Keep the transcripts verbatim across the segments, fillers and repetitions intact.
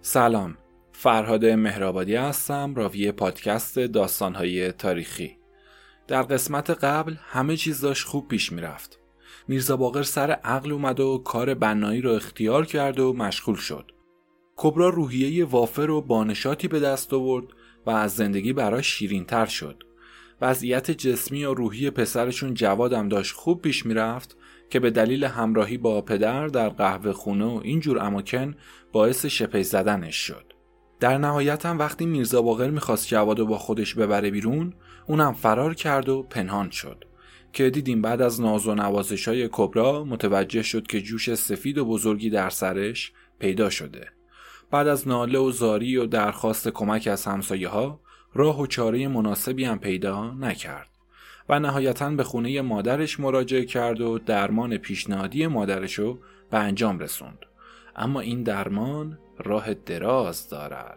سلام، فرهاد مهرآبادی هستم، راوی پادکست داستان‌های تاریخی. در قسمت قبل همه چیز داشت خوب پیش میرفت. میرزا باقر سر عقل اومد و کار بنایی رو اختیار کرد و مشغول شد. کبرا روحیه وافر و بانشاتی به دست آورد و از زندگی براش شیرین‌تر شد. وضعیت جسمی و روحی پسرشون جواد هم داشت خوب پیش میرفت که به دلیل همراهی با پدر در قهوه خونه و اینجور اماکن باعث شپی زدنش شد. در نهایت هم وقتی میرزا باقر میخواست جوادو با خودش ببره بیرون، اونم فرار کرد و پنهان شد که دیدیم بعد از ناز و نوازش‌های کبرا متوجه شد که جوش سفید و بزرگی در سرش پیدا شده. بعد از ناله و زاری و درخواست کمک از همسایه‌ها، راه و چاره مناسبی هم پیدا نکرد و نهایتاً به خونه مادرش مراجعه کرد و درمان پیشنهادی مادرشو به انجام رسوند. اما این درمان راه دراز دارد.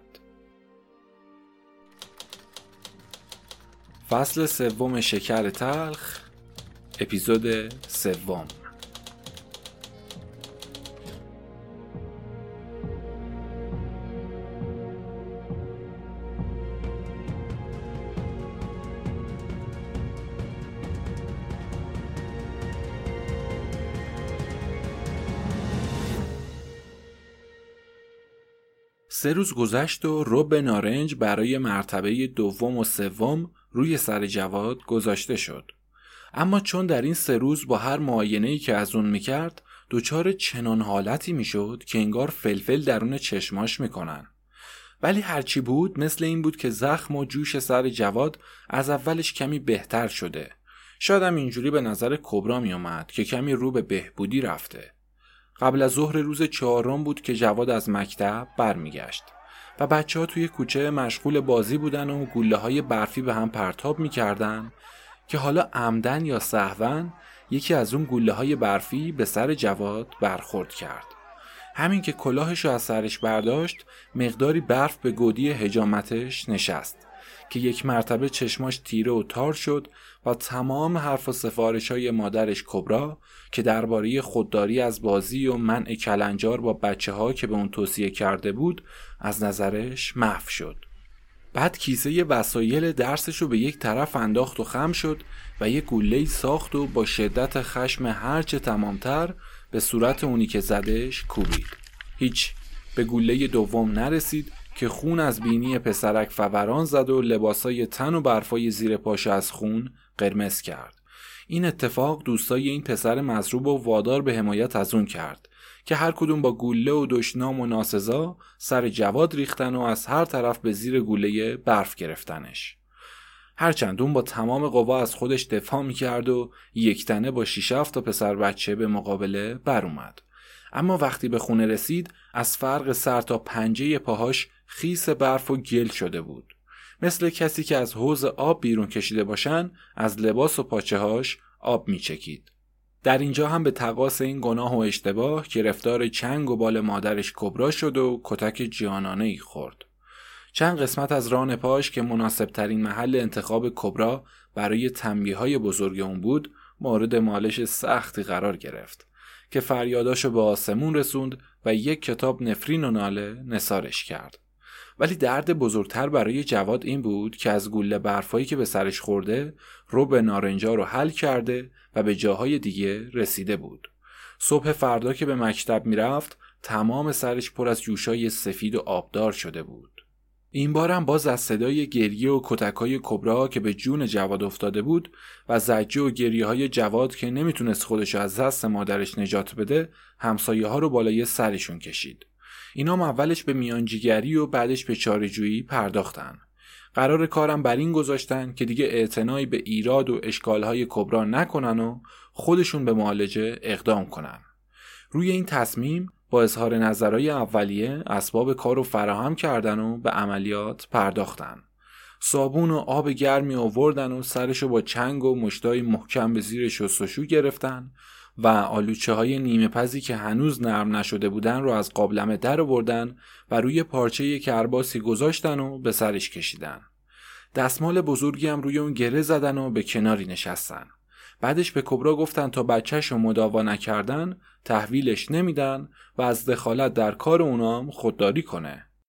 فصل سوم شکر تلخ، اپیزود سوم. سه روز گذشت و رب نارنج برای مرتبه دوم و سوم روی سر جواد گذاشته شد. اما چون در این سه روز با هر معاینه‌ای که از اون میکرد دچار چنان حالتی میشد که انگار فلفل درون چشماش میکنن. ولی هرچی بود مثل این بود که زخم و جوش سر جواد از اولش کمی بهتر شده. شاید هم اینجوری به نظر کبرا میومد که کمی رو به بهبودی رفته. قبل از ظهر روز چهارم بود که جواد از مکتب برمیگشت و بچه ها توی کوچه مشغول بازی بودن و گوله های برفی به هم پرتاب میکردن که حالا عمدن یا سهون یکی از اون گوله های برفی به سر جواد برخورد کرد. همین که کلاهشو از سرش برداشت مقداری برف به گودی حجامتش نشست که یک مرتبه چشماش تیره و تار شد و تمام حرف و سفارش‌های مادرش کبرا که درباره خودداری از بازی و منع کلنجار با بچه‌ها که به اون توصیه کرده بود از نظرش محو شد. بعد کیسه وسایل درسشو به یک طرف انداخت و خم شد و یک گوله‌ای ساخت و با شدت خشم هرچه تمامتر به صورت اونی که زدش کوبید. هیچ، به گوله دوم نرسید که خون از بینی پسرک فوران زد و لباسای تن و برفای زیر پاش از خون قرمز کرد. این اتفاق دوستای این پسر مضروب و وادار به حمایت از اون کرد که هر کدوم با گوله و دشنام و ناسزا سر جواد ریختن و از هر طرف به زیر گوله برف گرفتنش. هرچند اون با تمام قوا از خودش دفاع میکرد و یک تنه با شیش هفت تا پسر بچه به مقابله بر اومد. اما وقتی به خونه رسید از فرق سر تا پنجه پاهاش خیس برف و گل شده بود. مثل کسی که از حوض آب بیرون کشیده باشن از لباس و پاچه هاش آب می چکید. در اینجا هم به تقاص این گناه و اشتباه گرفتار چنگ و بال مادرش کبرا شد و کتک جانانه ای خورد. چند قسمت از ران پاش که مناسب ترین محل انتخاب کبرا برای تنبیه های بزرگ اون بود مورد مالش سختی قرار گرفت که فریاداشو به آسمون رسوند و یک کتاب نفرین و ناله نثارش کرد. ولی درد بزرگتر برای جواد این بود که از گوله برفایی که به سرش خورده رو به نارنجا رو حل کرده و به جاهای دیگه رسیده بود. صبح فردا که به مکتب میرفت تمام سرش پر از جوشای سفید و آبدار شده بود. این بارم باز از صدای گریه و کتکای کبرا که به جون جواد افتاده بود و زجه و گریه های جواد که نمیتونست خودشو از دست مادرش نجات بده همسایه ها رو بالای سرشون کشید. اینا اولش به میانجیگری و بعدش به چاره‌جویی پرداختن. قرار کارم بر این گذاشتن که دیگه اعتنایی به ایراد و اشکالهای کبرا نکنن و خودشون به معالجه اقدام کنن. روی این تصمیم با اظهار نظرهای اولیه اسباب کارو فراهم کردن و به عملیات پرداختن. صابون و آب گرمی آوردن و سرشو با چنگ و مشتای محکم به زیر شستشو گرفتن و آلوچه های نیمه پزی که هنوز نرم نشده بودن رو از قابلمه در آوردن و روی پارچه کرباسی گذاشتن و به سرش کشیدن. دستمال بزرگی هم روی اون گره زدن و به کناری نشستن. بعدش به کبرا گفتن تا بچه‌شو مداوا نکردن تحویلش نمیدن و از دخالت در کار اونام خودداری کنه.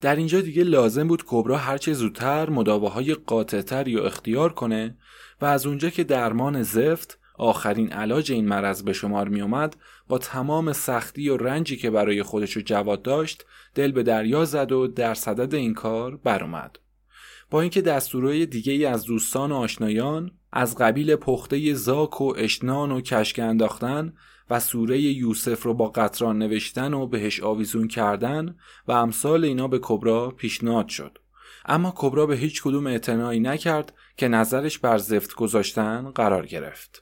در اینجا دیگه لازم بود کبرا هرچه زودتر مداواهای قاطع‌تر یا اختیار کنه و از اونجا که درمان زفت آخرین علاج این مرض به شمار می اومد، با تمام سختی و رنجی که برای خودش و جواد داشت دل به دریا زد و در صدد این کار بر اومد. با اینکه دستورهای دیگه ای از دوستان و آشنایان از قبیل پخته زاک و اشنان و کشک انداختن و سوره یوسف رو با قطران نوشتن و بهش آویزون کردن و امثال اینا به کبرا پیشنهاد شد، اما کبرا به هیچ کدوم اعتنایی نکرد که نظرش بر زفت گذاشتن قرار گرفت.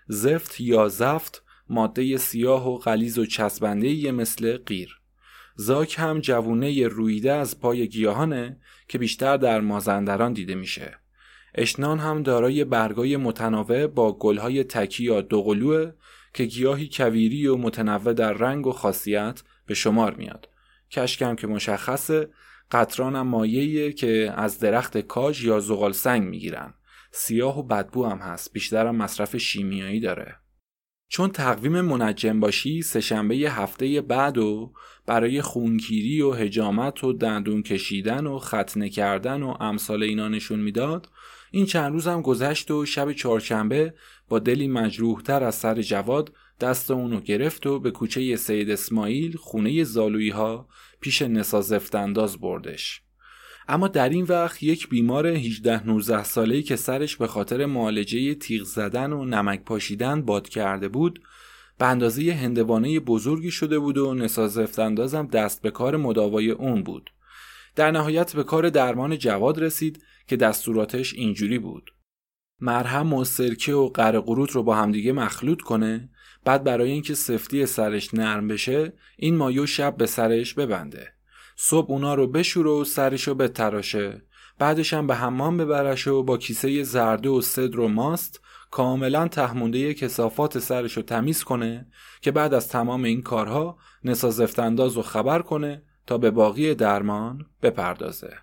زفت یا زفت ماده سیاه و غلیظ و چسبنده‌ای مثل قیر. زاک هم جوونه رویده از پای گیاهانه که بیشتر در مازندران دیده میشه. اشنان هم دارای برگای متنوع با گلهای تکی یا دوقلوه که گیاهی کویری و متنوع در رنگ و خاصیت به شمار میاد. کشک هم که مشخصه. قطران هم مایعیه که از درخت کاج یا زغال سنگ میگیرن. سیاه و بدبو هم هست، بیشتر هم مصرف شیمیایی داره. چون تقویم منجم باشی سه شنبه هفته بعد و برای خونگیری و حجامت و دندون کشیدن و ختنه کردن و امثال اینا نشون میداد، این چند روز هم گذشت و شب چهارشنبه با دلی مجروحتر از سر جواد دست اونو گرفت و به کوچه سید اسماعیل خونه زالویی ها پیش نسا زفتنداز بردش. اما در این وقت یک بیمار هجده نوزده ساله‌ای که سرش به خاطر معالجه تیغ زدن و نمک پاشیدن باد کرده بود به اندازه هندوانه بزرگی شده بود و نسا زفتندازم دست به کار مداوای اون بود. در نهایت به کار درمان جواد رسید که دستوراتش اینجوری بود: مرهم و سرکه و قرقروت رو با همدیگه مخلوط کنه، بعد برای اینکه سفتی سرش نرم بشه این مایو شب به سرش ببنده، صبح اونا رو بشوره و سرشو بتراشه، بعدش هم به حمام ببرش و با کیسه زرده و صدر و ماست کاملا تهمونده کثافات سرشو تمیز کنه که بعد از تمام این کارها نسا زفتنداز رو خبر کنه تا به باقی درمان بپردازه.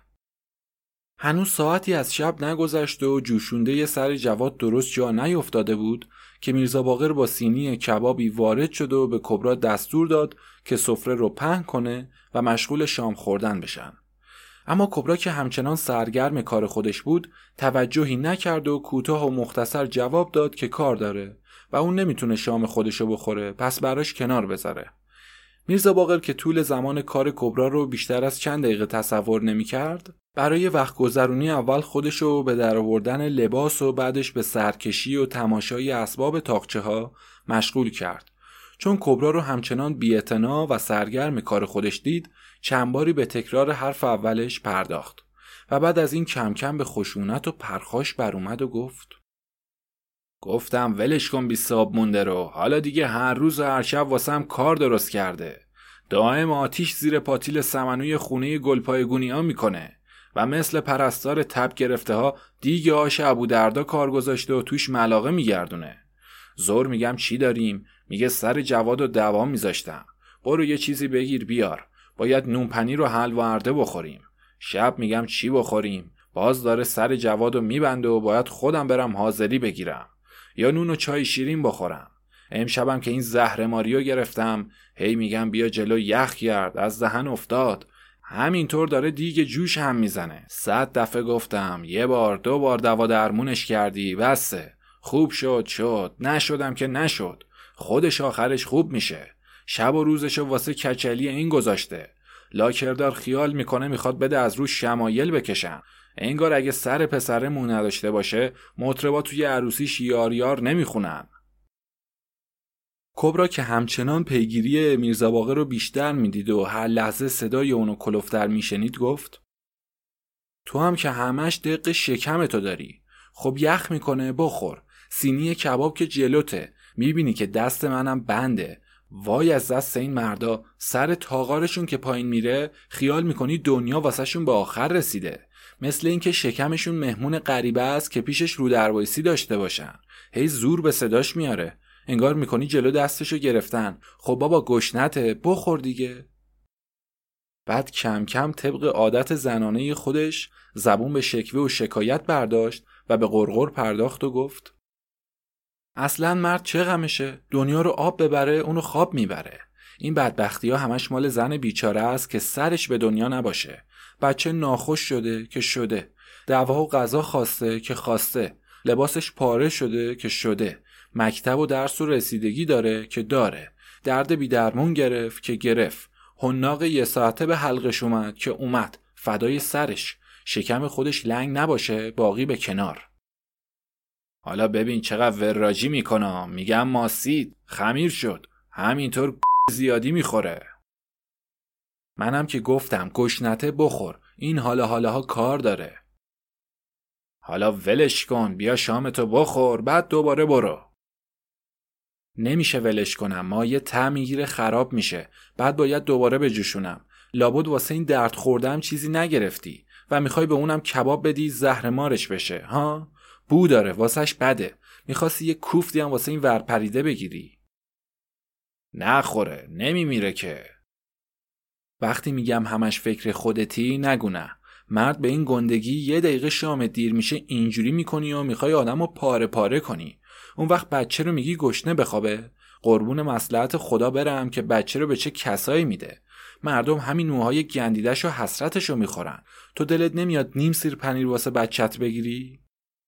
هنوز ساعتی از شب نگذشت و جوشونده سر جواد درست جا نیفتاده بود که میرزا باقر با سینی کبابی وارد شد و به کبرا دستور داد که سفره رو پهن کنه و مشغول شام خوردن بشن. اما کبرا که همچنان سرگرم کار خودش بود توجهی نکرد و کوتاه و مختصر جواب داد که کار داره و اون نمیتونه شام خودشو بخوره، پس براش کنار بذاره. میرزا باقر که طول زمان کار کبرا رو بیشتر از چند دقیقه تصور نمی‌کرد، برای وقت گذرونی اول خودشو به درآوردن لباس و بعدش به سرکشی و تماشای اسباب طاقچه‌ها مشغول کرد. چون کبرا رو همچنان بی‌اعتنا و سرگرم کار خودش دید، چند باری به تکرار حرف اولش پرداخت و بعد از این کم کم به خشونت و پرخاش بر اومد و گفت: گفتم ولش کن بی صاحب مونده رو، حالا دیگه هر روز و هر شب واسم کار درست کرده، دائم آتیش زیر پاتیل سمنوی خونه گلپایگونی ها میکنه و مثل پرستار تب گرفته ها دیگه آش ابودردا کار گذاشته و توش ملاقه میگردونه. زور میگم چی داریم؟ میگه سر جواد و دوام میذاشتم، برو یه چیزی بگیر بیار، باید نون پنیر و حلوا ارده بخوریم. شب میگم چی بخوریم؟ باز داره سر جوادو میبنده و باید خودم برم حاضری بگیرم یا نون و چای شیرین بخورم. امشبم که این زهرماریو گرفتم، هی میگم بیا جلو یخ گرد، از دهن افتاد. همینطور داره دیگه جوش هم میزنه. صد دفعه گفتم، یه بار دو بار دوا درمونش کردی، بسه. خوب شد شد، نشدم که نشد. خودش آخرش خوب میشه. شب و روزشو واسه کچلی این گذاشته. لاکردار خیال میکنه میخواد بده از روش شمایل بکشم. انگار اگه سر پسرمون نداشته باشه مطربا توی عروسیش یار یار نمیخونن. کبرا که همچنان پیگیری میرزا باقر رو بیشتر میدید و هر لحظه صدای اونو کلفتر میشنید گفت: تو هم که همش دق شکمتو داری، خب یخ میکنه بخور، سینی کباب که جلوته، میبینی که دست منم بنده. وای از دست این مردا، سر تاغارشون که پایین میره خیال میکنی دنیا واسه شون به آخر رسیده، مثل این که شکمشون مهمون غریبه است که پیشش رو دروایسی داشته باشن. هی زور به صداش میاره، انگار میکنی جلو دستشو گرفتن. خب بابا گشنته، بخور دیگه. بعد کم کم طبق عادت زنانه خودش زبون به شکوه و شکایت برداشت و به غرغر پرداخت و گفت: اصلا مرد چه غمشه؟ دنیا رو آب ببره اونو خواب میبره. این بدبختی ها همش مال زن بیچاره است که سرش به دنیا نباشه. بچه ناخوش شده که شده، دعوا و قضا خواسته که خواسته، لباسش پاره شده که شده، مکتب و درس و رسیدگی داره که داره، درد بی درمون گرفت که گرفت، حناق یه ساعته به حلقش اومد که اومد، فدای سرش، شکم خودش لنگ نباشه باقی به کنار. حالا ببین چقدر وراجی میکنم، میگم ماسید خمیر شد، همینطور زیادی میخوره. منم که گفتم گشنته بخور، این حالا حالاها کار داره. حالا ولش کن، بیا شامتو بخور بعد دوباره برو. نمیشه ولش کنم، مایه ته میگیره خراب میشه، بعد باید دوباره بجوشونم. لابد واسه این درد خوردم چیزی نگرفتی و میخوای به اونم کباب بدی زهر مارش بشه ها؟ بو داره واسش بده، میخواستی یه کوفتی هم واسه این ورپریده بگیری. نخوره، نمیمیره که. وقتی میگم همش فکر خودتی نگو نه. مرد به این گندگی یه دقیقه شام دیر میشه اینجوری میکنی و میخوای آدمو پاره پاره کنی. اون وقت بچه رو میگی گشنه بخوابه؟ قربون مصلحت خدا برم که بچه رو به چه کسایی میده. مردم همین نوهای گندیدش و حسرتش رو میخورن. تو دلت نمیاد نیم سیر پنیر واسه بچت بگیری؟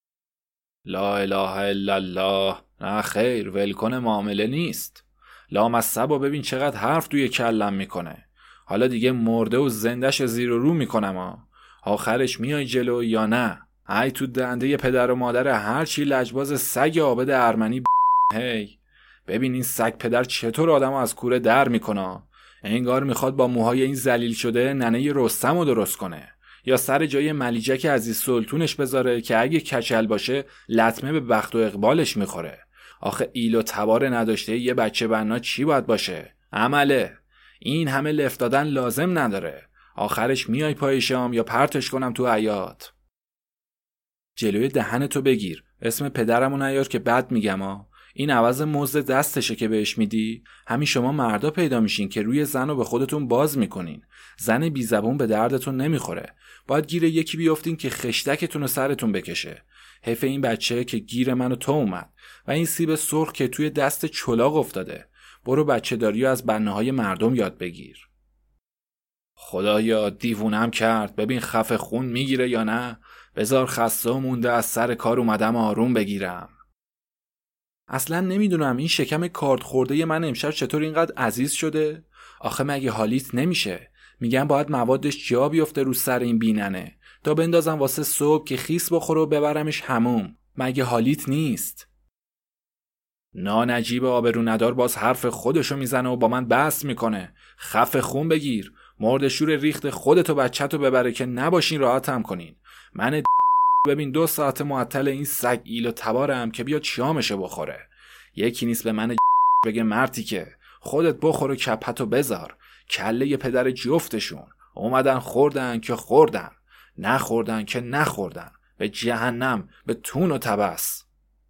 لا اله الا الله. نه خیر، ولکن معامله نیست. لامصبا ببین چقدر حرف توی کلم میکنه. حالا دیگه مرده و زندش زیر و رو میکنم ها. آخرش میای جلو یا نه؟ ای تو دنده پدر و مادر هر چی لجباز سگ عابد ارمنی ب... هی ببین این سگ پدر چطور آدمو از کوره در میکنه. انگار میخواد با موهای این ذلیل شده ننه رستمو درست کنه، یا سر جای ملیجک عزیز سلطونش بذاره که اگه کچل باشه لطمه به بخت و اقبالش میخوره. آخه ایل و تبار نداشته یه بچه بنا چی باید باشه؟ عمله. این همه لفت دادن لازم نداره. آخرش میای پای شام یا پرتش کنم تو حیاط. جلوی دهنتو بگیر، اسم پدرمو نیار که بد میگم ها. این عوض مزد دستشه که بهش میدی. همین شما مردا پیدا میشین که روی زنو به خودتون باز میکنین. زن بی زبون به دردتون نمیخوره. باید گیر یکی بیافتین که خشتکتون رو سرتون بکشه. حیف این بچه که گیر منو تو اومد و این سیب سرخ که توی دست چلاق افتاده. برو بچه داریو از بناهای مردم یاد بگیر. خدایا دیوونم کرد، ببین خفه خون میگیره یا نه. بذار خسته مونده از سر کار اومدم آروم بگیرم. اصلا نمیدونم این شکم کارد خورده من امشب چطور اینقدر عزیز شده. آخه مگه حالیت نمیشه؟ میگم باید موادش جا بیفته رو سر این بیننه تا بندازم واسه صبح که خیس بخوره و ببرمش حموم. مگه حالیت نیست؟ نانجیب آبرو ندار باز حرف خودشو میزنه و با من بحث میکنه. خفه خون بگیر، مرد شور ریخت خودتو بچه‌تو ببره که نباشین راحتم کنین. من ببین دو ساعت معطل این سگ ایل و تبارم که بیاد شامشو بخوره. یکی نیست به من بگه مرتی که خودت بخور و کپتو بذار. کله پدر جفتشون اومدن خوردن که خوردن، نخوردن که نخوردن. به جهنم، به تون و تبس.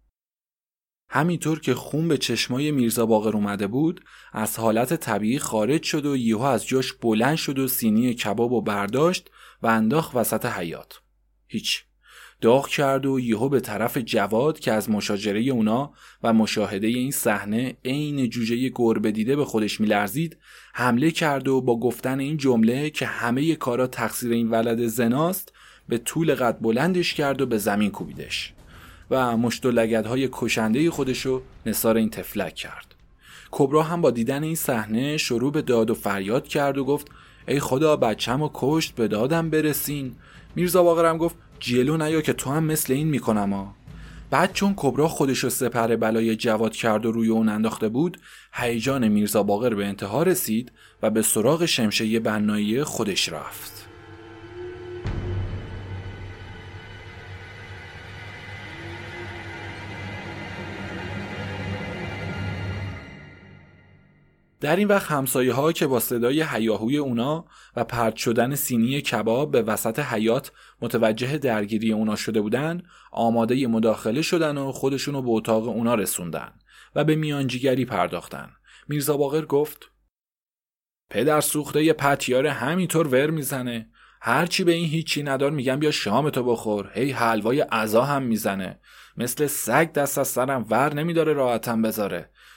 همینطور که خون به چشمای میرزا باقر اومده بود از حالت طبیعی خارج شد و یهو از جاش بلند شد و سینی کبابو برداشت و انداخت وسط حیاط. هیچ. داغ کرد و یهو به طرف جواد که از مشاجره اونا و مشاهده این صحنه عین جوجه گربه دیده به خودش میلرزید حمله کرد و با گفتن این جمله که همه کارا تقصیر این ولد زناست به طول قد بلندش کرد و به زمین کوبیدش و مشت و لگدهای کشنده خودشو نثار این تفلک کرد. کبرا هم با دیدن این صحنه شروع به داد و فریاد کرد و گفت ای خدا بچه‌مو کشت، به دادم برسین. میرزا باقرم گفت جلو نیا که تو هم مثل این میکنم ها. بعد چون کبرا خودشو سپر بلای جواد کرد و روی اون انداخته بود، هیجان میرزا باقر به انتها رسید و به سراغ شمشیر بنایی خودش رفت. در این وقت همسایه ها که با صدای هیاهوی اونا و پرت شدن سینی کباب به وسط حیاط متوجه درگیری اونا شده بودن، آماده مداخله شدن و خودشونو به اتاق اونا رسوندن و به میانجیگری پرداختن. میرزا باقر گفت پدر سوخته یه پتیاره همینطور ور میزنه. هرچی به این هیچی ندار میگم بیا شامتو بخور، هی حلوای عزا هم میزنه. مثل سگ دست از سرم ور نمیداره راحتم بذاره.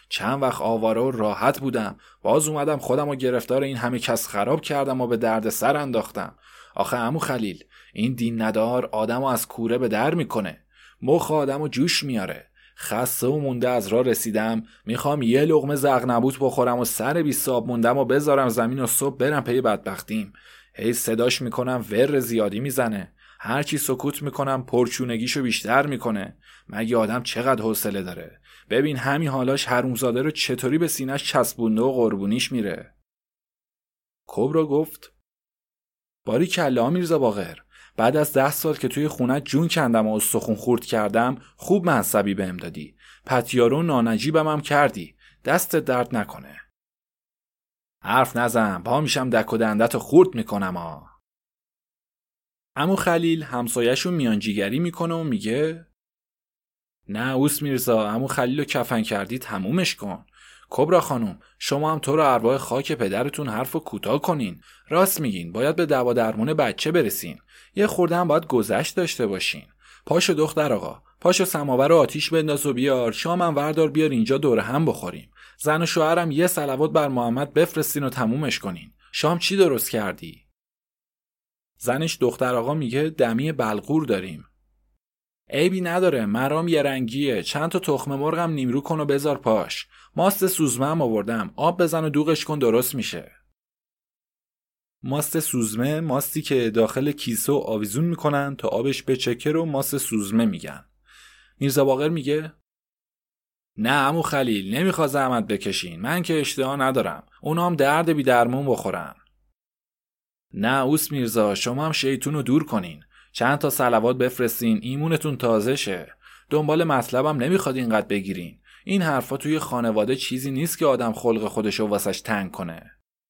چند وقت آواره و راحت بودم، باز اومدم خودم رو گرفتار این همه کس خراب کردم و به درد سر انداختم. آخه عمو خلیل، این دین ندار آدم رو از کوره به در میکنه، مخ آدم رو جوش میاره. خسته و مونده از راه رسیدم، میخوام یه لقمه زغنبوت بخورم و سر بی صاب موندم و بذارم زمین و صبح برم پی بدبختیم. هی صداش میکنم ور زیادی میزنه، هرچی سکوت میکنم پرچونگیشو بیشتر میکنه. مگه آدم چقدر حوصله داره؟ ببین همین حالاش حرومزاده رو چطوری به سینه‌اش چسبونده و قربونیش میره. کبرا گفت باریکلا میرزا باقر، بعد از ده سال که توی خونه جون کندم و استخون خورد کردم، خوب منصبی بهم دادی، پتیارو نانجیبم هم کردی، دست درد نکنه. حرف نزن، پا میشم دک و دندتو خورد میکنم ها. عمو خلیل همسایه‌شو میانجیگری میکنه و میگه نه اوس میرزا، عمو خلیلو کفن کردی تمومش کن. کبرا خانم، شما هم تو رو ارواح خاک پدرتون حرفو کوتاه کنین. راست میگین، باید به دوا درمون بچه برسین. یه خورده هم باید گذشت داشته باشین. پاشو دختر آقا، پاشو سماور و آتیش بنداز و بیار، شامم وردار بیار اینجا دور هم بخوریم. زن و شوهرم یه صلوات بر محمد بفرستین و تمومش کنین. شام چی درست کردی؟ زنش دختر آقا میگه دمی بلغور داریم. عیبی نداره، مرام یه رنگیه، چند تا تخم مرغم نیمرو کن و بذار پاش. ماست سوزمه هم آوردم، آب بزن و دوغش کن درست میشه. ماست سوزمه ماستی که داخل کیسه و آویزون میکنن تا آبش بچکه رو ماست سوزمه میگن. میرزا باقر میگه نه عمو خلیل، نمیخواد زحمت بکشین، من که اشتها ندارم، اونا هم درد بی درمون بخورن. نه اوس میرزا، شما هم شیطون رو دور کنین، چند تا صلوات بفرستین ایمونتون تازه شه. دنبال مطلبم نمیخواد اینقدر بگیرین. این حرفا توی خانواده چیزی نیست که آدم خلق خودشو واسش تنگ کنه.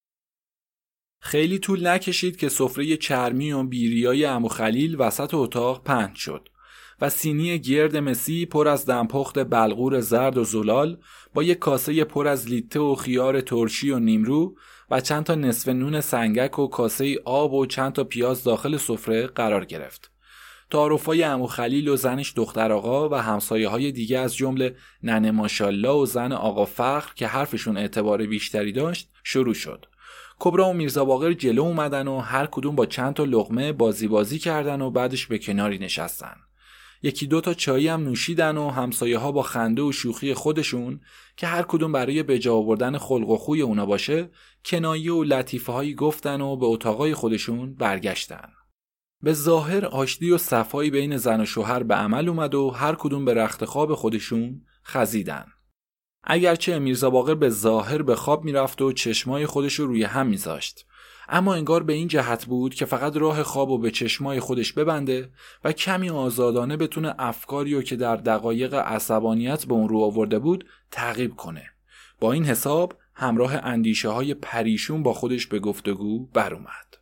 خیلی طول نکشید که سفره چرمی و بیریای عمو خلیل وسط اتاق پهن شد و سینی گرد مسی پر از دمپخت بلغور زرد و زلال با یک کاسه پر از لیته و خیار ترشی و نیمرو و چند تا نصف نون سنگک و کاسه آب و چند تا پیاز داخل سفره قرار گرفت. تعارفای عمو خلیل و زنش دختر آقا و همسایه های دیگه از جمله ننه ماشالله و زن آقا فخر که حرفشون اعتبار بیشتری داشت شروع شد. کبرا و میرزا باقر جلو اومدن و هر کدوم با چند تا لقمه بازی بازی کردن و بعدش به کناری نشستن. یکی دو تا چایی هم نوشیدن و همسایه ها با خنده و شوخی خودشون که هر کدوم برای بجا آوردن خلق و خوی اونا باشه کنایه و لطیفه هایی گفتن و به اتاقای خودشون برگشتن. به ظاهر آشتی و صفایی بین زن و شوهر به عمل اومد و هر کدوم به رخت خواب خودشون خزیدن. اگرچه میرزا باقر به ظاهر به خواب میرفت و چشمای خودش رو روی هم میذاشت، اما انگار به این جهت بود که فقط راه خوابو به چشمای خودش ببنده و کمی آزادانه بتونه افکاریو که در دقایق عصبانیت به اون رو آورده بود تعقیب کنه. با این حساب همراه اندیشه های پریشون با خودش به گفتگو بر اومد.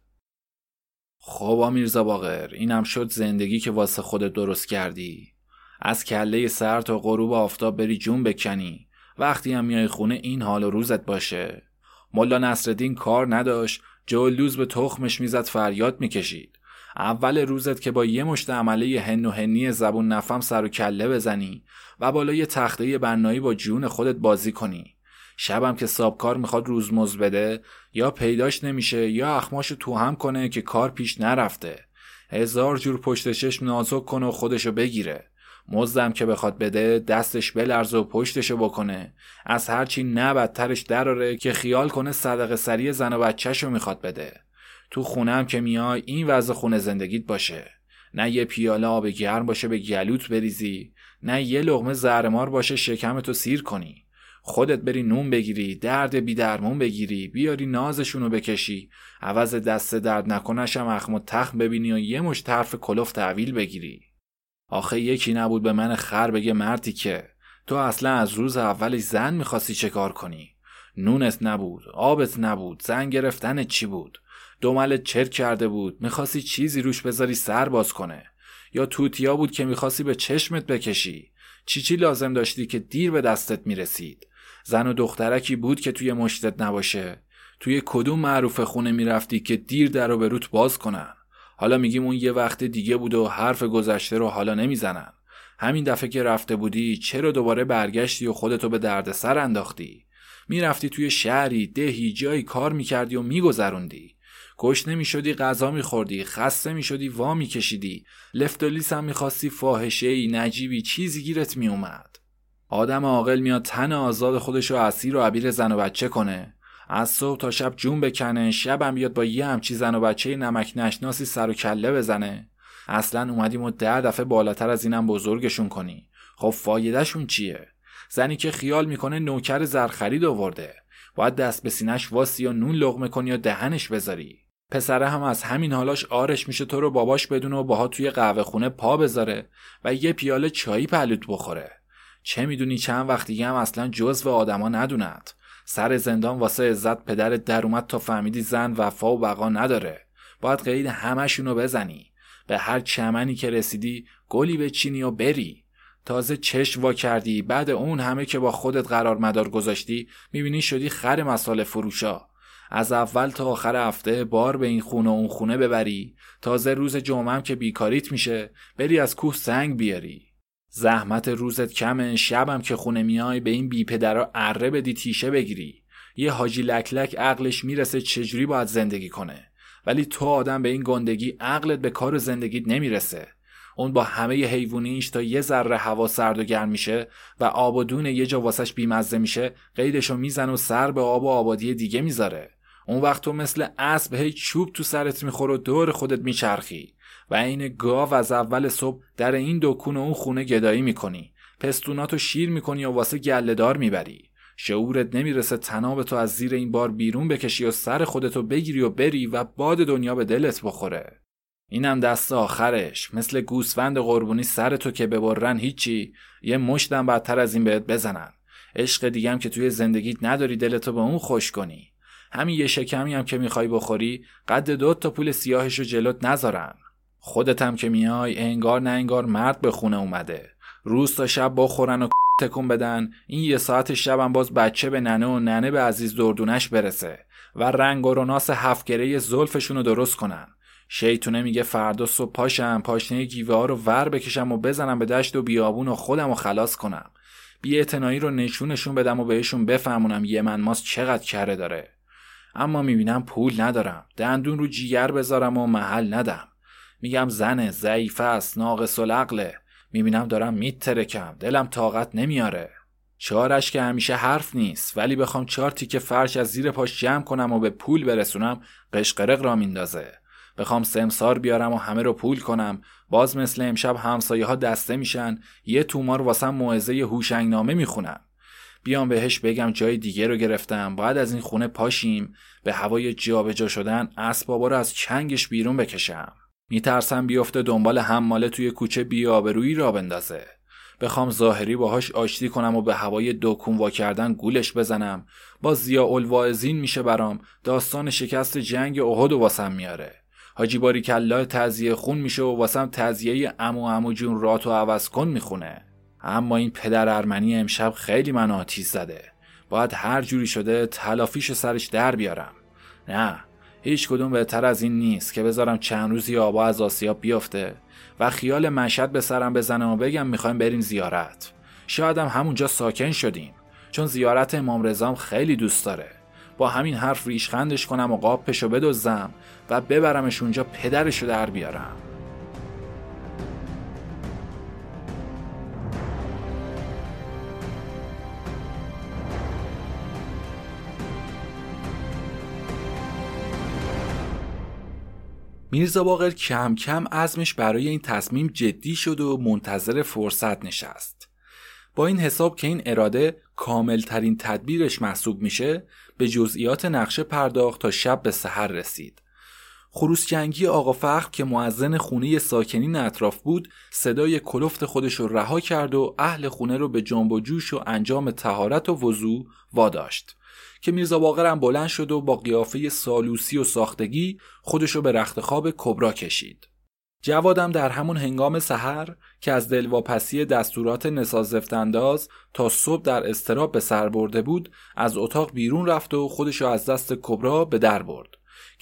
خب میرزا باقر، اینم شد زندگی که واسه خودت درست کردی. از کله سر تا غروب آفتاب بری جون بکنی، وقتی هم میای خونه این حال و روزت باشه. ملا نصرالدین کار نداشت، جلوز به تخمش میزد فریاد میکشید. اول روزت که با یه مشت عمله هن و هنی زبون نفهم سر و کله بزنی و بالای تخته بنایی با جون خودت بازی کنی. شبم که سابکار میخواد روزمزد بده یا پیداش نمیشه یا اخماشو تو هم کنه که کار پیش نرفته. هزار جور پشت چشم نازک کنه و خودشو بگیره. مزدم که بخواد بده دستش بلرزه و پشتشو بکنه، از هرچی نه بدترش دراره که خیال کنه صدقه سری زن و بچه‌شو میخواد بده. تو خونم که میای این وضع خونه زندگیت باشه، نه یه پیاله آب گرم باشه به گلوت بریزی، نه یه لقمه زهرمار باشه شکمتو سیر کنی. خودت بری نون بگیری، درد بی درمون بگیری، بیاری نازشونو بکشی، عوض دست درد نکنشم اخم و تخم ببینی و یه مشت حرف کلوف تحویل بگیری. آخه یکی نبود به من خر بگه مردی که تو اصلا از روز اولش زن میخواستی چه کار کنی؟ نونت نبود، آبت نبود، زن گرفتنت چی بود؟ دوملت چرک کرده بود، میخواستی چیزی روش بذاری سر باز کنه؟ یا توتیا بود که میخواستی به چشمت بکشی؟ چی چی لازم داشتی که دیر به دستت میرسید؟ زن و دخترکی بود که توی مشتت نباشه؟ توی کدوم معروف خونه میرفتی که دیر در رو به روت باز کنن؟ حالا میگیم اون یه وقت دیگه بود و حرف گذشته رو حالا نمیزنن. همین دفعه که رفته بودی چرا دوباره برگشتی و خودتو به دردسر انداختی؟ میرفتی توی شهری، دهی، جایی کار میکردی و میگذروندی. گشنه میشدی، غذا میخوردی، خسته میشدی، وا میکشیدی، لفت و لیس هم میخواستی، فاحشه‌ای، نجیبی، چیزی گیرت میومد. آدم عاقل میاد تن آزاد خودشو اسیر و عبیر زن و بچه کنه، از صبح تا شب جون بکنه، شبم بیاد با یه همچی زن و بچه نمک نشناسی سر و کله بزنه. اصلا اومدیم و ده دفعه بالاتر از اینم بزرگشون کنی. خب فایدهشون چیه؟ زنی که خیال میکنه نوکر زرخرید آورده، باید دست به سینه‌اش واسی و نون لقمه کنی و دهنش بذاری. پسره هم از همین حالاش آرش میشه تو رو باباش بدونه و باها توی قهوه خونه پا بذاره و یه پیاله چایی پلوت بخوره. چه میدونی چند وقت دیگه هم اصلا جزو آدما ندونند. سر زندان واسه عزت پدرت در اومد تا فهمیدی زن وفا و بقا نداره. باید قید همشونو بزنی، به هر چمنی که رسیدی گلی بچینی و بری. تازه چشم وا کردی، بعد اون همه که با خودت قرار مدار گذاشتی میبینی شدی خر مساله فروشا. از اول تا آخر هفته بار به این خونه و اون خونه ببری، تازه روز جمعه هم که بیکاریت میشه بری از کوه سنگ بیاری. زحمت روزت کمه، شبم که خونه میای به این بی پدرها اره بدی تیشه بگیری. یه حاجی لکلک عقلش میرسه چجوری باید زندگی کنه، ولی تو آدم به این گندگی عقلت به کار زندگیت نمیرسه. اون با همه ی حیوانیش تا یه ذره هوا سرد و گرم میشه و آب و دون یه جا واسش بیمزه میشه قیدشو میزنه و سر به آب و آبادی دیگه میذاره. اون وقت تو مثل اسب هی چوب تو سرت میخوره و دور خودت میچرخی و این گاو از اول صبح در این دکون و اون خونه گدایی میکنی، پستوناتو شیر میکنی و واسه گله‌دار میبری. شعورت نمیرسه تناب تو از زیر این بار بیرون بکشی و سر خودتو بگیری و بری و باد دنیا به دلت بخوره. اینم دست آخرش، مثل گوسفند قربونی سرتو که ببرن هیچی، یه مشتم بدتر از این بهت بزنن. عشق دیگم که توی زندگیت نداری دلتو به اون خوش کنی. همین یه شکمی هم که میخوای بخوری قد دو تا پول سیاهشو جلوت نذارن. خودت هم که میای انگار نه انگار مرد به خونه اومده، روز تا شب بخورن و تکون بدن، این یه ساعت شبم باز بچه به ننه و ننه به عزیز دردونش برسه و رنگ و رناس هفت گره زلفشونو درست کنن. شیطونه میگه فردا صبح پاشم پاشنه گیوه ها رو ور بکشم و بزنم به دشت و بیابون و خودم رو خلاص کنم. بی‌اعتنایی رو نشونشون بدم و بهشون بفهمونم یه من ماست چقدر کره داره. اما میبینم پول ندارم، دندون رو جیگر بذارم و محل ندم. میگم زنه، ضعیفه است، ناقص العقله. میبینم دارم میترکم، دلم طاقت نمیاره. چارش که همیشه حرف نیست، ولی بخوام چهار تیکه فرش از زیر پاش جمع کنم و به پول برسونم قشقرق را میندازه. بخوام سمسار بیارم و همه رو پول کنم، باز مثل امشب همسایه ها دسته میشن، یه تومار واسم موعظه هوشنگنامه میخونم. بیام بهش بگم جای دیگه رو گرفتم، باید از این خونه پاشیم، به هوای جابجا شدن اسبابا رو از چنگش بیرون بکشم. میترسم بیفته دنبال حماله توی کوچه بی‌آبرویی را بندازه. بخوام ظاهری باهاش آشتی کنم و به هوای دکون وا کردن گولش بزنم، با ضیاءالواعظین میشه برام، داستان شکست جنگ احد و واسم میاره. حاجی باریکالله تعزیه خون میشه و واسم تعزیه عمو عمو جون راتو عوض کن میخونه. اما این پدر ارمنی امشب خیلی منو آتیش زده، باید هر جوری شده تلافیش سرش در بیارم. نه، هیچ کدوم بهتر از این نیست که بذارم چند روزی آبا از آسیاب بیفته و خیال مشهد به سرم بزنم و بگم میخوایم بریم زیارت. شاید هم همونجا ساکن شدیم، چون زیارت امام رضا خیلی دوست داره. با همین حرف ریشخندش کنم و قاپشو بدزدم و ببرمش اونجا پدرشو در بیارم. میرزا باقر کم کم عزمش برای این تصمیم جدی شد و منتظر فرصت نشست. با این حساب که این اراده کامل ترین تدبیرش محسوب میشه، به جزئیات نقشه پرداخت تا شب به سحر رسید. خروس جنگی آقا فخر که مؤذن خونه ساکنین اطراف بود، صدای کلفت خودش رو رها کرد و اهل خونه رو به جنب و جوش و انجام طهارت و وضو واداشت که میرزا باقر هم بلند شد و با قیافه سالوسی و ساختگی خودشو به رخت خواب کبرا کشید. جوادم در همون هنگام سحر که از دلواپسی دستورات نسازفت انداز تا صبح در اضطراب به سر برده بود، از اتاق بیرون رفت و خودشو از دست کبرا به در برد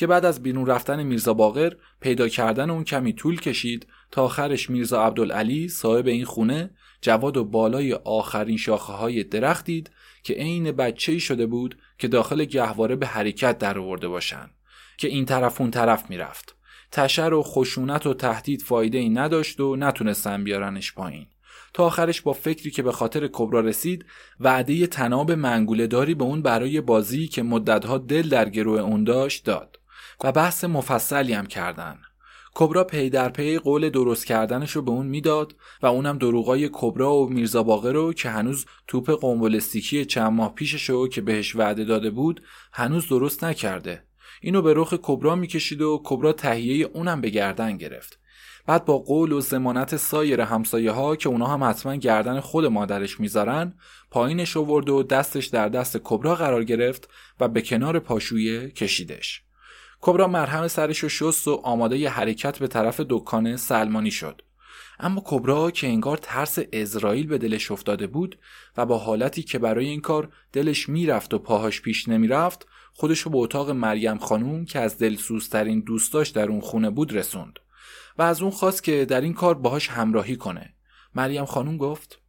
که بعد از بیرون رفتن میرزا باقر پیدا کردن اون کمی طول کشید تا آخرش میرزا عبدالعلی صاحب این خونه جواد و بالای آخرین شاخه های درخت دید که عین بچه‌ای شده بود که داخل گهواره به حرکت در آورده باشن که این طرف اون طرف میرفت. تشر و خشونت و تهدید فایده‌ای نداشت و نتونستن بیارنش پایین. تا آخرش با فکری که به خاطر کبرا رسید وعده تناب منگوله داری به اون برای بازی که مدتها دل در گروه اون داشت داد و بحث مفصلی هم کردن. کبرا پی در پی قول درست کردنش رو به اون میداد و اونم دروغای کبرا و میرزا باقر رو که هنوز توپ قنبلستیکی چند ماه پیششو که بهش وعده داده بود هنوز درست نکرده. اینو به رخ کبرا میکشید و کبرا تهیه اونم به گردن گرفت. بعد با قول و ضمانت سایر همسایه ها که اونا هم حتما گردن خود مادرش میذارن پایینش آورد و دستش در دست کبرا قرار گرفت و به کنار پاشویه کشیدش. کبرا مرهم سرشو شست و آماده ی حرکت به طرف دکان سلمانی شد. اما کبرا که انگار ترس اسرائیل به دلش افتاده بود و با حالتی که برای این کار دلش میرفت و پاهاش پیش نمیرفت خودشو به اتاق مریم خانوم که از دلسوزترین دوستاش در اون خونه بود رسوند و از اون خواست که در این کار باهاش همراهی کنه. مریم خانوم گفت: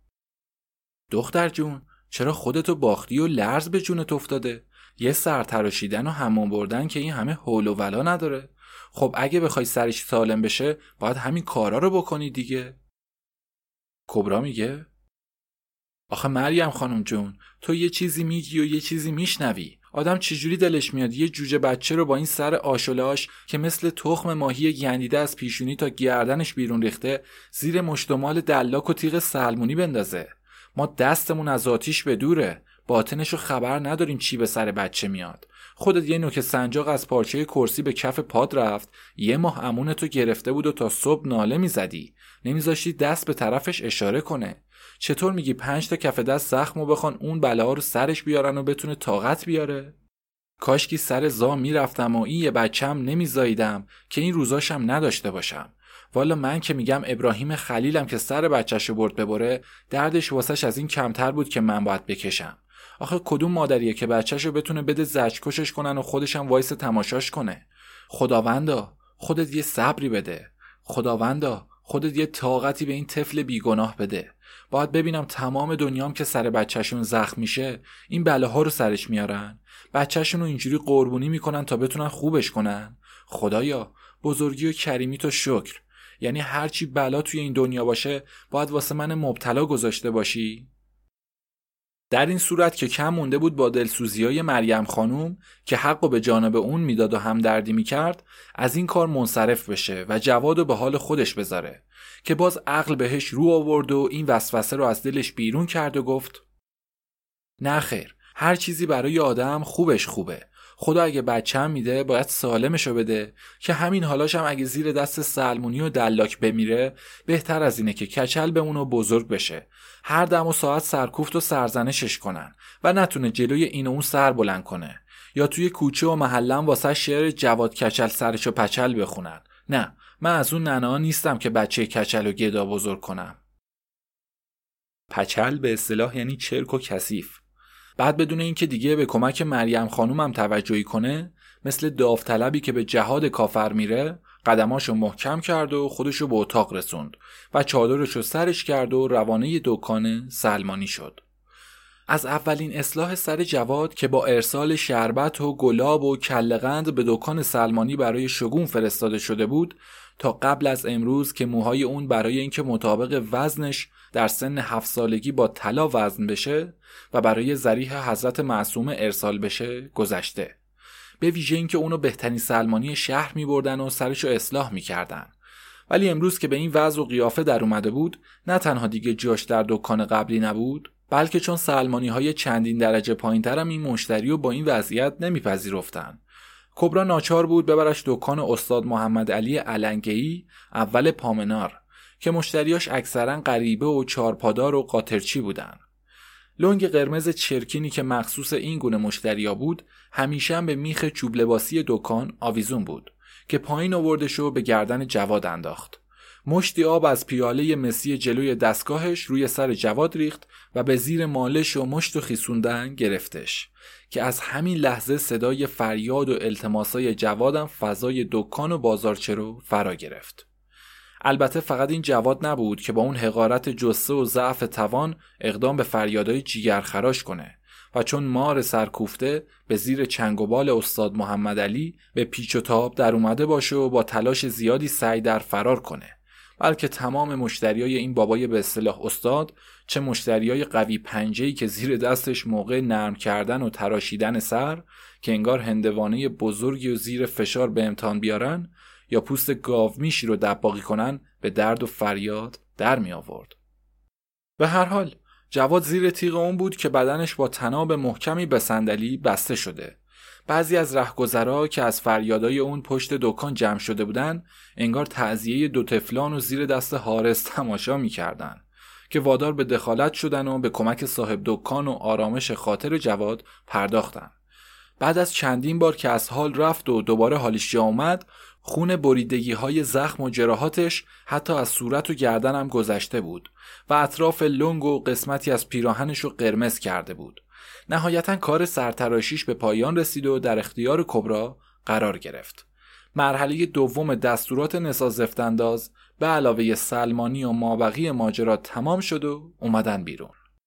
دختر جون، چرا خودتو باختی و لرز به جونت افتاده؟ یه سر تراشیدن و حمام بردن که این همه حول و ولا نداره. خب اگه بخوای سرش سالم بشه باید همین کارا رو بکنی دیگه. کبرا میگه: آخه مریم خانم جون، تو یه چیزی میگی و یه چیزی میشنوی. آدم چجوری دلش میاد یه جوجه بچه رو با این سر آشولاش که مثل تخم ماهی گندیده از پیشونی تا گردنش بیرون ریخته زیر مشتمال دلاک و تیغ سلمونی بندازه؟ ما دستمون از آتیش به دوره، باطنشو خبر نداریم چی به سر بچه میاد. خودت یه نوک سنجاق از پارچه کرسی به کف پاد رفت، یه ماه امونتو گرفته بود و تا صبح ناله میزدی، نمیذاشتی دست به طرفش اشاره کنه. چطور میگی پنج تا کف دست زخمو بخوان اون بلاها رو سرش بیارن و بتونه طاقت بیاره؟ کاش کی سر زا میرفتم و این یه بچم نمیزاییدم که این روزاشم نداشته باشم. والا من که میگم ابراهیم خلیلم که سر بچه‌شو برد ببره، دردش واسش از این کمتر بود که من باید بکشم. آخه کدوم مادریه که بچه‌شو بتونه بده زجرکشش کنن و خودشم وایس تماشاش کنه؟ خداوندا خودت یه صبری بده. خداوندا خودت یه طاقتی به این طفل بیگناه بده. باید ببینم تمام دنیام که سر بچه‌شون زخم میشه این بلاها رو سرش میارن، بچه‌شون رو اینجوری قربونی میکنن تا بتونن خوبش کنن. خدایا بزرگی و کریمی تو شکر. یعنی هرچی بلا توی این دنیا باشه باید واسه من مبتلا گذاشته باشی؟ در این صورت که کم مونده بود با دلسوزیای مریم خانوم که حقو به جانب اون میداد و همدردی میکرد از این کار منصرف بشه و جوادو به حال خودش بذاره، که باز عقل بهش رو آورد و این وسوسه رو از دلش بیرون کرد و گفت: نه خیر، هر چیزی برای آدم خوبش خوبه. خدا اگه بچه‌م میده باید سالمشو بده، که همین حالاشم اگه زیر دست سلمونی و دلاک بمیره بهتر از اینه که کچل بمونه و بزرگ بشه، هر دم و ساعت سرکوفت و سرزنشش کنن و نتونه جلوی این و اون سر بلند کنه، یا توی کوچه و محلم واسه شعر جواد کچل سرشو پچل بخونن. نه، من از اون ننه‌ها نیستم که بچه کچل و گدا بزرگ کنم. پچل به اصطلاح یعنی چرک و کثیف. بعد بدون اینکه دیگه به کمک مریم خانومم توجهی کنه، مثل داوطلبی که به جهاد کافر میره، قدماشو محکم کرد و خودشو به اتاق رسوند و چادرشو سرش کرد و روانه دکان سلمانی شد. از اولین اصلاح سر جواد که با ارسال شربت و گلاب و کله‌قند به دکان سلمانی برای شگون فرستاده شده بود تا قبل از امروز که موهای اون برای اینکه مطابق وزنش در سن هفت سالگی با طلا وزن بشه و برای ذریح حضرت معصومه ارسال بشه گذشته. به ویژه اینکه اونو بهترین سلمانی شهر می بردن و سرشو اصلاح می کردن. ولی امروز که به این وضع و قیافه در اومده بود، نه تنها دیگه جاش در دکان قبلی نبود، بلکه چون سلمانی های چندین درجه پایین تر هم این مشتری رو با این وضعیت نمیپذیرفتن. کبرا ناچار بود ببرش دکان استاد محمد علی علنگی اول پامنار که مشتریاش اکثرا غریبه و چارپادار و قاطرچی بودن. لنگ قرمز چرکینی که مخصوص این گونه مشتریا بود همیشه هم به میخ چوب لباسی دکان آویزون بود که پایین آوردش و به گردن جواد انداخت. مشتی آب از پیاله مسی جلوی دستگاهش روی سر جواد ریخت و به زیر مالش و مشت و خیسوندن گرفتش که از همین لحظه صدای فریاد و التماسای جوادم فضای دکان و بازارچه رو فرا گرفت. البته فقط این جواد نبود که با اون حقارت جثه و ضعف توان اقدام به فریادهای جیگرخراش کنه و چون مار سرکوفته به زیر چنگ و بال استاد محمد علی به پیچ و تاب در اومده باشه و با تلاش زیادی سعی در فرار کنه، بلکه تمام مشتریای این بابای به اصطلاح استاد، چه مشتریای قوی پنجه‌ای که زیر دستش موقع نرم کردن و تراشیدن سر که انگار هندوانه بزرگی و زیر فشار به امتحان بیارن، یا پوست گاومیشی رو دباغی کنن، به درد و فریاد در می آورد. به هر حال جواد زیر تیغ اون بود که بدنش با تناب محکمی به صندلی بسته شده. بعضی از رهگذرا که از فریادای اون پشت دکان جمع شده بودن انگار تعزیه دو طفلان و زیر دست حارس تماشا می کردن که وادار به دخالت شدن و به کمک صاحب دکان و آرامش خاطر جواد پرداختن. بعد از چندین بار که از حال رفت و دوباره حالش جا اومد، خون بریدگی های زخم و جراحاتش حتی از صورت و گردن هم گذشته بود و اطراف لنگ و قسمتی از پیراهنش رو قرمز کرده بود. نهایتاً کار سرتراشیش به پایان رسید و در اختیار کبرا قرار گرفت. مرحله دوم دستورات نسا زفت‌انداز به علاوه سلمانی و مابقی ماجرا تمام شد و اومدن بیرون.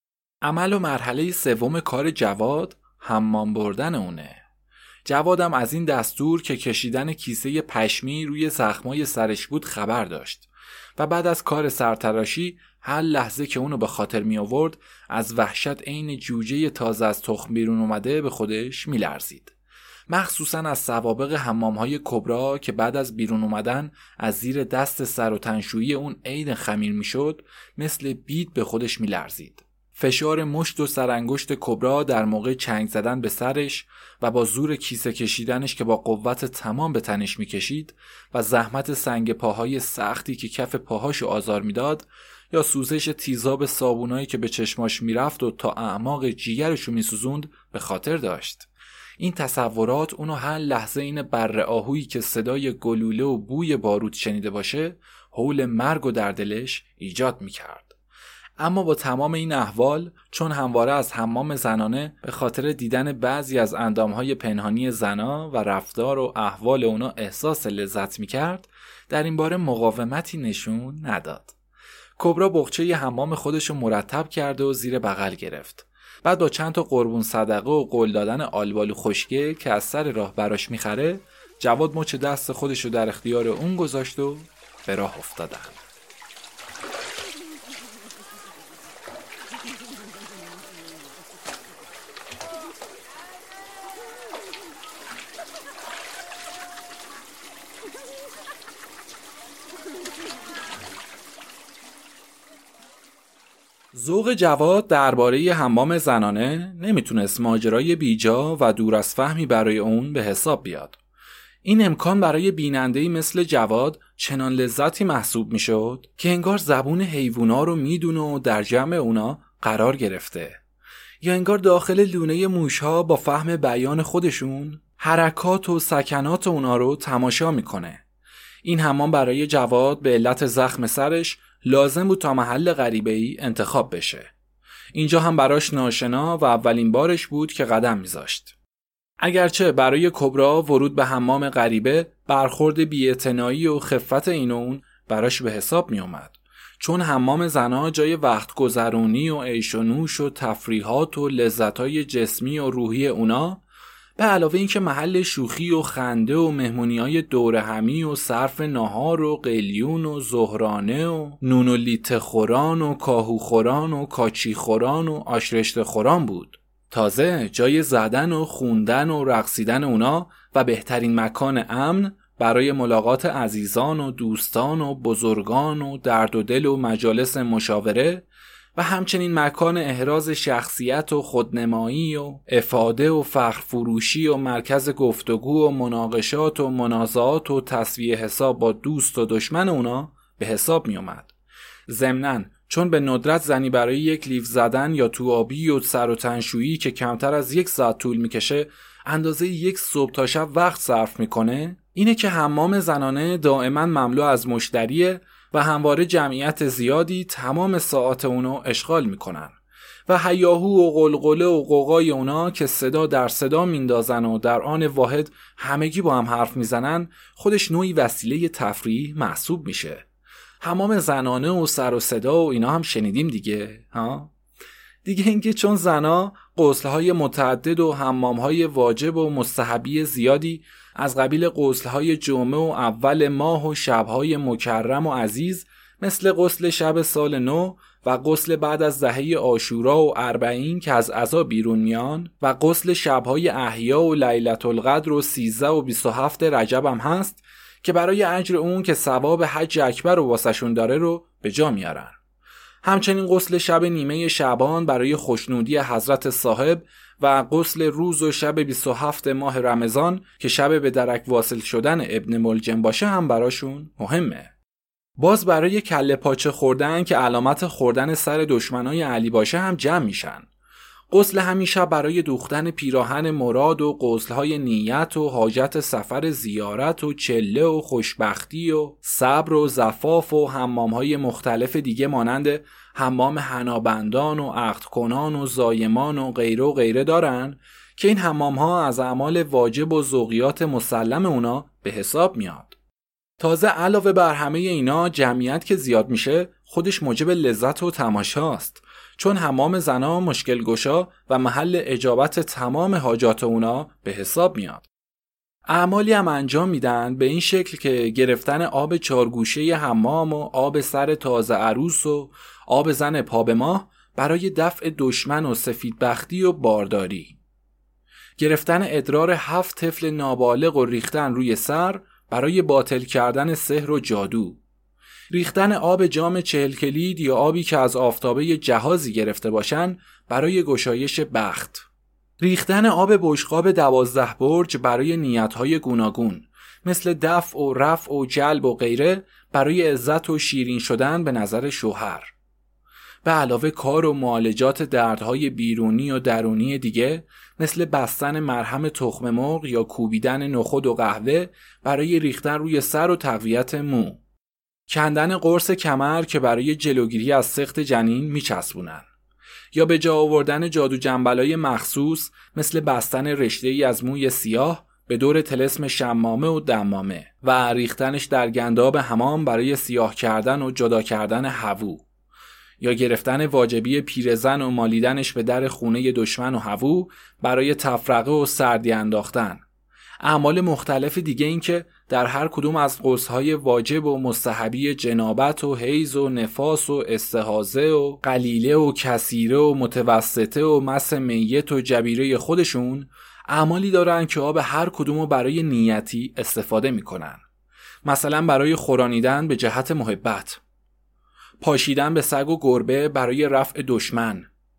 عمل و مرحله سوم کار جواد حمام بردن اونه. جوادم از این دستور که کشیدن کیسه پشمی روی زخمای سرش بود خبر داشت و بعد از کار سرتراشی هر لحظه که اونو به خاطر می آورد از وحشت عین جوجه تازه از تخم بیرون اومده به خودش می لرزید. مخصوصا از سوابق حمام‌های کبرا که بعد از بیرون اومدن از زیر دست سر و تنشویی اون عین خمیر می شد، مثل بید به خودش می لرزید. فشار مشت و سرانگشت کبرا در موقع چنگ زدن به سرش و با زور کیسه کشیدنش که با قوت تمام به تنش میکشید و زحمت سنگ پاهای سختی که کف پاهاشو آزار میداد یا سوزش تیزاب صابونایی که به چشماش میرفت و تا اعماق جیگرشو میسوزوند به خاطر داشت. این تصورات اونو هر لحظه این بره آهویی که صدای گلوله و بوی باروت شنیده باشه هول مرگ و در دلش ایجاد میکرد. اما با تمام این احوال، چون همواره از حمام زنانه به خاطر دیدن بعضی از اندامهای پنهانی زنا و رفتار و احوال اونا احساس لذت میکرد، در این باره مقاومتی نشون نداد. کبرا بخچه حمام خودشو مرتب کرد و زیر بغل گرفت. بعد با چند تا قربون صدقه و قول دادن آلبالو خشکه که از سر راه براش میخره، جواد مچ دست خودشو در اختیار اون گذاشت و به راه افتادن. ذوق جواد درباره حمام زنانه نمیتونست ماجرای بیجا و دور از فهمی برای اون به حساب بیاد. این امکان برای بیننده‌ای مثل جواد چنان لذتی محسوب میشد که انگار زبون حیوونا رو میدونه و در جمع اونا قرار گرفته، یا انگار داخل لونه موشها با فهم بیان خودشون حرکات و سکنات اونا رو تماشا میکنه. این حمام برای جواد به علت زخم سرش لازم بود تا محل غریبه‌ای انتخاب بشه. اینجا هم براش ناشنا و اولین بارش بود که قدم میذاشت. اگرچه برای کبرا ورود به حمام غریبه برخورد بی‌اعتنایی و خفت این و اون براش به حساب می اومد، چون حمام زنا جای وقت گذرونی و عیش و نوش و تفریحات و لذت‌های جسمی و روحی اونا، به علاوه این که محل شوخی و خنده و مهمونی‌های دور همی و صرف ناهار و قلیون و زهرانه و نون و لیته خوران و کاهو خوران و کاچی خوران و آشرشته خوران بود. تازه جای زدن و خوندن و رقصیدن اونا و بهترین مکان امن برای ملاقات عزیزان و دوستان و بزرگان و درد و دل و مجالس مشاوره و همچنین مکان احراز شخصیت و خودنمایی و افاده و فخر فروشی و مرکز گفتگو و مناقشات و منازعات و تسویه حساب با دوست و دشمن اونا به حساب می اومد. ضمناً چون به ندرت زنی برای یک لیف زدن یا تو آبی و سر و تنشویی که کمتر از یک ساعت طول میکشه اندازه یک صبح تا شب وقت صرف میکنه، اینه که حمام زنانه دائما مملو از مشتریه و همواره جمعیت زیادی تمام ساعات اونو اشغال میکنن و هیاهو و قلقله و قوقای اونا که صدا در صدا میندازن و در آن واحد همگی با هم حرف میزنن خودش نوعی وسیله تفریح محسوب میشه. حمام زنانه و سر و صدا و اینا هم شنیدیم دیگه ها؟ دیگه اینکه چون زنا غسل‌های متعدد و حمام‌های واجب و مستحبی زیادی از قبیل غسل‌های جمعه و اول ماه و شب‌های مکرم و عزیز مثل غسل شب سال نو و غسل بعد از دهه عاشورا و اربعین که از عزا بیرون میان و غسل شب‌های احیا و لیلة القدر و سیزده و بیست و هفت رجب هم هست که برای اجر اون که ثواب حج اکبر رو واسشون داره رو به جا میارن. همچنین غسل شب نیمه شعبان برای خوشنودی حضرت صاحب و غسل روز و شب بیست و هفت ماه رمضان که شب به درک واصل شدن ابن ملجم باشه هم براشون مهمه. باز برای کله پاچه خوردن که علامت خوردن سر دشمنای علی باشه هم جمع میشن. غسل همیشه برای دوختن پیراهن مراد و غسل‌های نیت و حاجت سفر زیارت و چله و خوشبختی و صبر و زفاف و حمام‌های مختلف دیگه مانند حمام حنابندان و عقدکنان و زایمان و غیره و غیره دارن که این حمام‌ها از اعمال واجب و ذوقیات مسلم اونا به حساب میاد. تازه علاوه بر همه اینا جمعیت که زیاد میشه خودش موجب لذت و تماشاست، چون حمام زنا مشکل گشا و محل اجابت تمام حاجات اونا به حساب میاد. اعمالی هم انجام میدن به این شکل که گرفتن آب چارگوشه حمام و آب سر تازه عروس و آب زن پا به ماه برای دفع دشمن و سفیدبختی و بارداری، گرفتن ادرار هفت طفل نابالغ و ریختن روی سر برای باطل کردن سحر و جادو، ریختن آب جام چهل کلید یا آبی که از آفتابه جهازی گرفته باشن برای گشایش بخت، ریختن آب بشقاب دوازده برج برای نیتهای گوناگون مثل دفع و رفع و جلب و غیره برای عزت و شیرین شدن به نظر شوهر، به علاوه کار و معالجات دردهای بیرونی و درونی دیگه مثل بستن مرهم تخم مرغ یا کوبیدن نخود و قهوه برای ریختن روی سر و تقویت مو، کندن قرص کمر که برای جلوگیری از سقط جنین میچسبونن، یا به جا آوردن جادو جنبلای مخصوص مثل بستن رشته‌ای از موی سیاه به دور طلسم شمامه و دمامه و ریختنش در گنداب حمام برای سیاه کردن و جدا کردن هوو، یا گرفتن واجبی پیرزن و مالیدنش به در خونه دشمن و هوو برای تفرقه و سردی انداختن. اعمال مختلف دیگه این که در هر کدوم از غسل‌های واجب و مستحبی جنابت و حیض و نفاس و استحاضه و قلیله و کثیره و متوسطه و مس میت و جبیره خودشون اعمالی دارن که آب هر کدومو برای نیتی استفاده میکنن. مثلا برای خورانیدن به جهت محبت، پاشیدن به سگ و گربه برای رفع دشمن،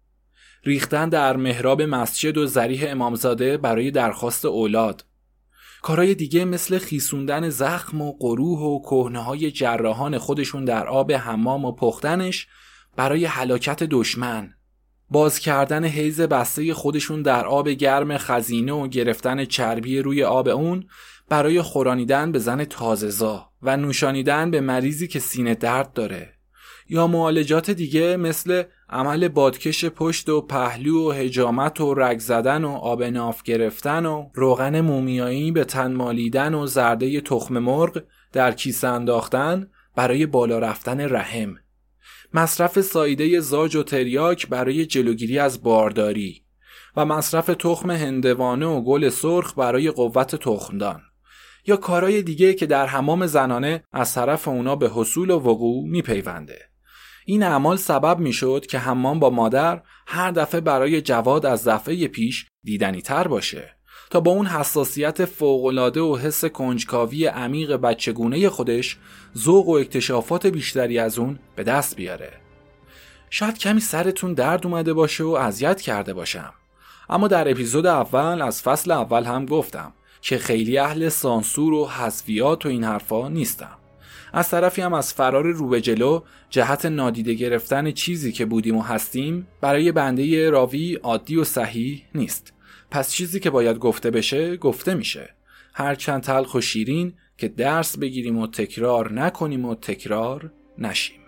ریختن در محراب مسجد و ذریح امامزاده برای درخواست اولاد، کارهای دیگه مثل خیسوندن زخم و قروح و کهنه‌های جراحان خودشون در آب حمام و پختنش برای هلاکت دشمن، باز کردن حیض بسته خودشون در آب گرم خزینه و گرفتن چربی روی آب اون برای خورانیدن به زن تازه‌زا و نوشانیدن به مریضی که سینه درد داره، یا معالجات دیگه مثل عمل بادکش پشت و پهلو و حجامت و رگ زدن و آب ناف گرفتن و روغن مومیایی به تن مالیدن و زرده تخم مرغ در کیسه انداختن برای بالا رفتن رحم، مصرف سایده زاج و تریاک برای جلوگیری از بارداری و مصرف تخم هندوانه و گل سرخ برای قوت تخمدان، یا کارهای دیگه که در حمام زنانه از طرف اونا به حصول و وقوع میپیونده. این اعمال سبب میشد که حمام با مادر هر دفعه برای جواد از دفعه پیش دیدنی تر باشه تا با اون حساسیت فوق‌العاده و حس کنجکاوی عمیق بچگونه خودش ذوق و اکتشافات بیشتری از اون به دست بیاره. شاید کمی سرتون درد اومده باشه و اذیت کرده باشم، اما در اپیزود اول از فصل اول هم گفتم که خیلی اهل سانسور و حذفیات و این حرفا نیستم. از طرفی هم از فرار رو به جلو جهت نادیده گرفتن چیزی که بودیم و هستیم برای بنده راوی عادی و صحیح نیست. پس چیزی که باید گفته بشه گفته میشه، هرچند تلخ و شیرین که درس بگیریم و تکرار نکنیم و تکرار نشیم.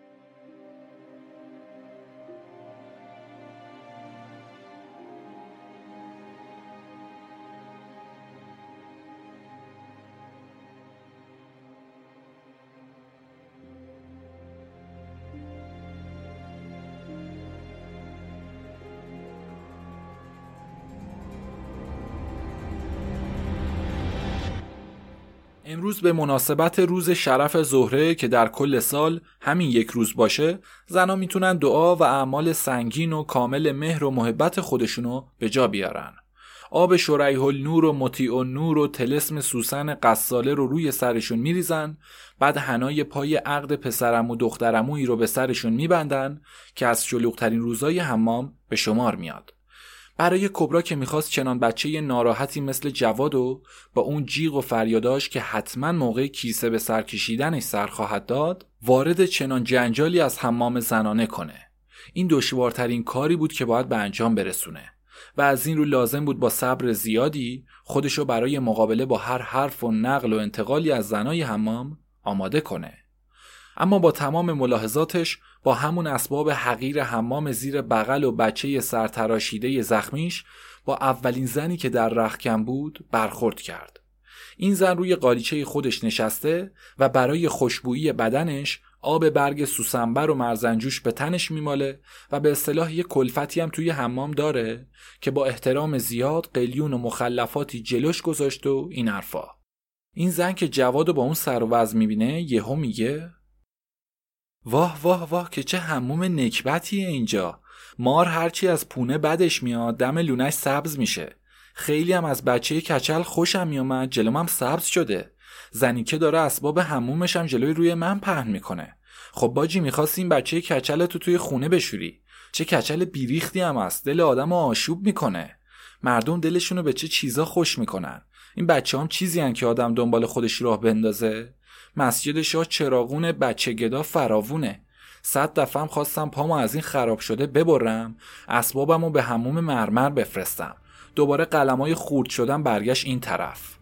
امروز به مناسبت روز شرف زهره که در کل سال همین یک روز باشه، زنها میتونن دعا و اعمال سنگین و کامل مهر و محبت خودشونو به جا بیارن. آب شریح النور و مطیع النور و طلسم سوسن قصاله رو روی سرشون میریزن، بعد حنای پای عقد پسرم و دخترمویی رو به سرشون میبندن که از شلوغ‌ترین روزای حمام به شمار میاد. برای کبرا که میخواست چنان بچه ناراحتی مثل جواد و با اون جیغ و فریاداش که حتما موقع کیسه به سر کشیدنش سر خواهد داد، وارد چنان جنجالی از حمام زنانه کنه. این دشوارترین کاری بود که باید به انجام برسونه و از این رو لازم بود با صبر زیادی خودشو برای مقابله با هر حرف و نقل و انتقالی از زنای حمام آماده کنه. اما با تمام ملاحظاتش با همون اسباب حقیر حمام زیر بغل و بچه سرتراشیده زخمیش با اولین زنی که در رختکن بود برخورد کرد. این زن روی قالیچه خودش نشسته و برای خوشبویی بدنش آب برگ سوسنبر و مرزنجوش به تنش میماله و به اصطلاح یه کلفتی هم توی حمام داره که با احترام زیاد قلیون و مخلفاتی جلوش گذاشت و این حرفا. این زن که جوادو با اون سر و وضع میبینه یهو میگه واه واه واه که چه حموم نکبتیه اینجا. مار هرچی از پونه بدش میاد دم لونش سبز میشه. خیلی هم از بچه کچل خوشم میومد، جلوم هم سبز شده. زنی که داره اسباب حمومش هم جلوی روی من پهن میکنه. خب باجی میخواست این بچه کچل تو توی خونه بشوری. چه کچل بیریختی هم است، دل آدم آشوب میکنه. مردم دلشونو به چه چیزا خوش میکنن. این بچه هم چیزی هن که آدم دنبال خودش راه بندازه. مسجد شاه چراغون بچه گدا فراوونه. صد دفعه هم خواستم پامو از این خراب شده ببرم، اسبابمو به حموم مرمر بفرستم. دوباره قلمای خورد شدن برگشت این طرف.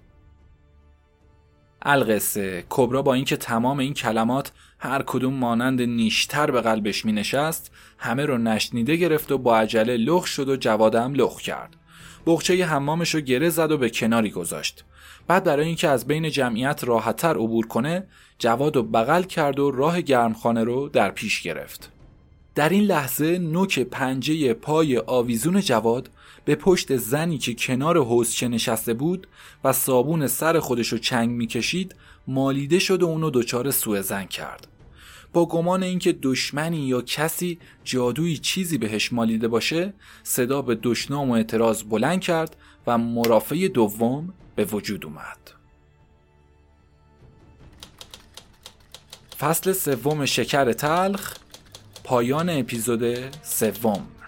القصه کبرا با اینکه تمام این کلمات هر کدوم مانند نیشتر به قلبش می نشست، همه رو نشنیده گرفت و با عجله لخ شد و جوادم لخ کرد. بغچه حمامش رو گره زد و به کناری گذاشت. بعد برای اینکه از بین جمعیت راحت‌تر عبور کنه، جواد رو بغل کرد و راه گرمخانه رو در پیش گرفت. در این لحظه نوک پنجه پای آویزون جواد به پشت زنی که کنار حوضچه نشسته بود و صابون سر خودشو چنگ میکشید مالیده شد و اونو دچار سوء ظن کرد. با گمان اینکه دشمنی یا کسی جادویی چیزی بهش مالیده باشه، صدا به دشنام و اعتراض بلند کرد و مرافعه دوم به وجود اومد. فصل سوم شکر تلخ، پایان اپیزود سوم.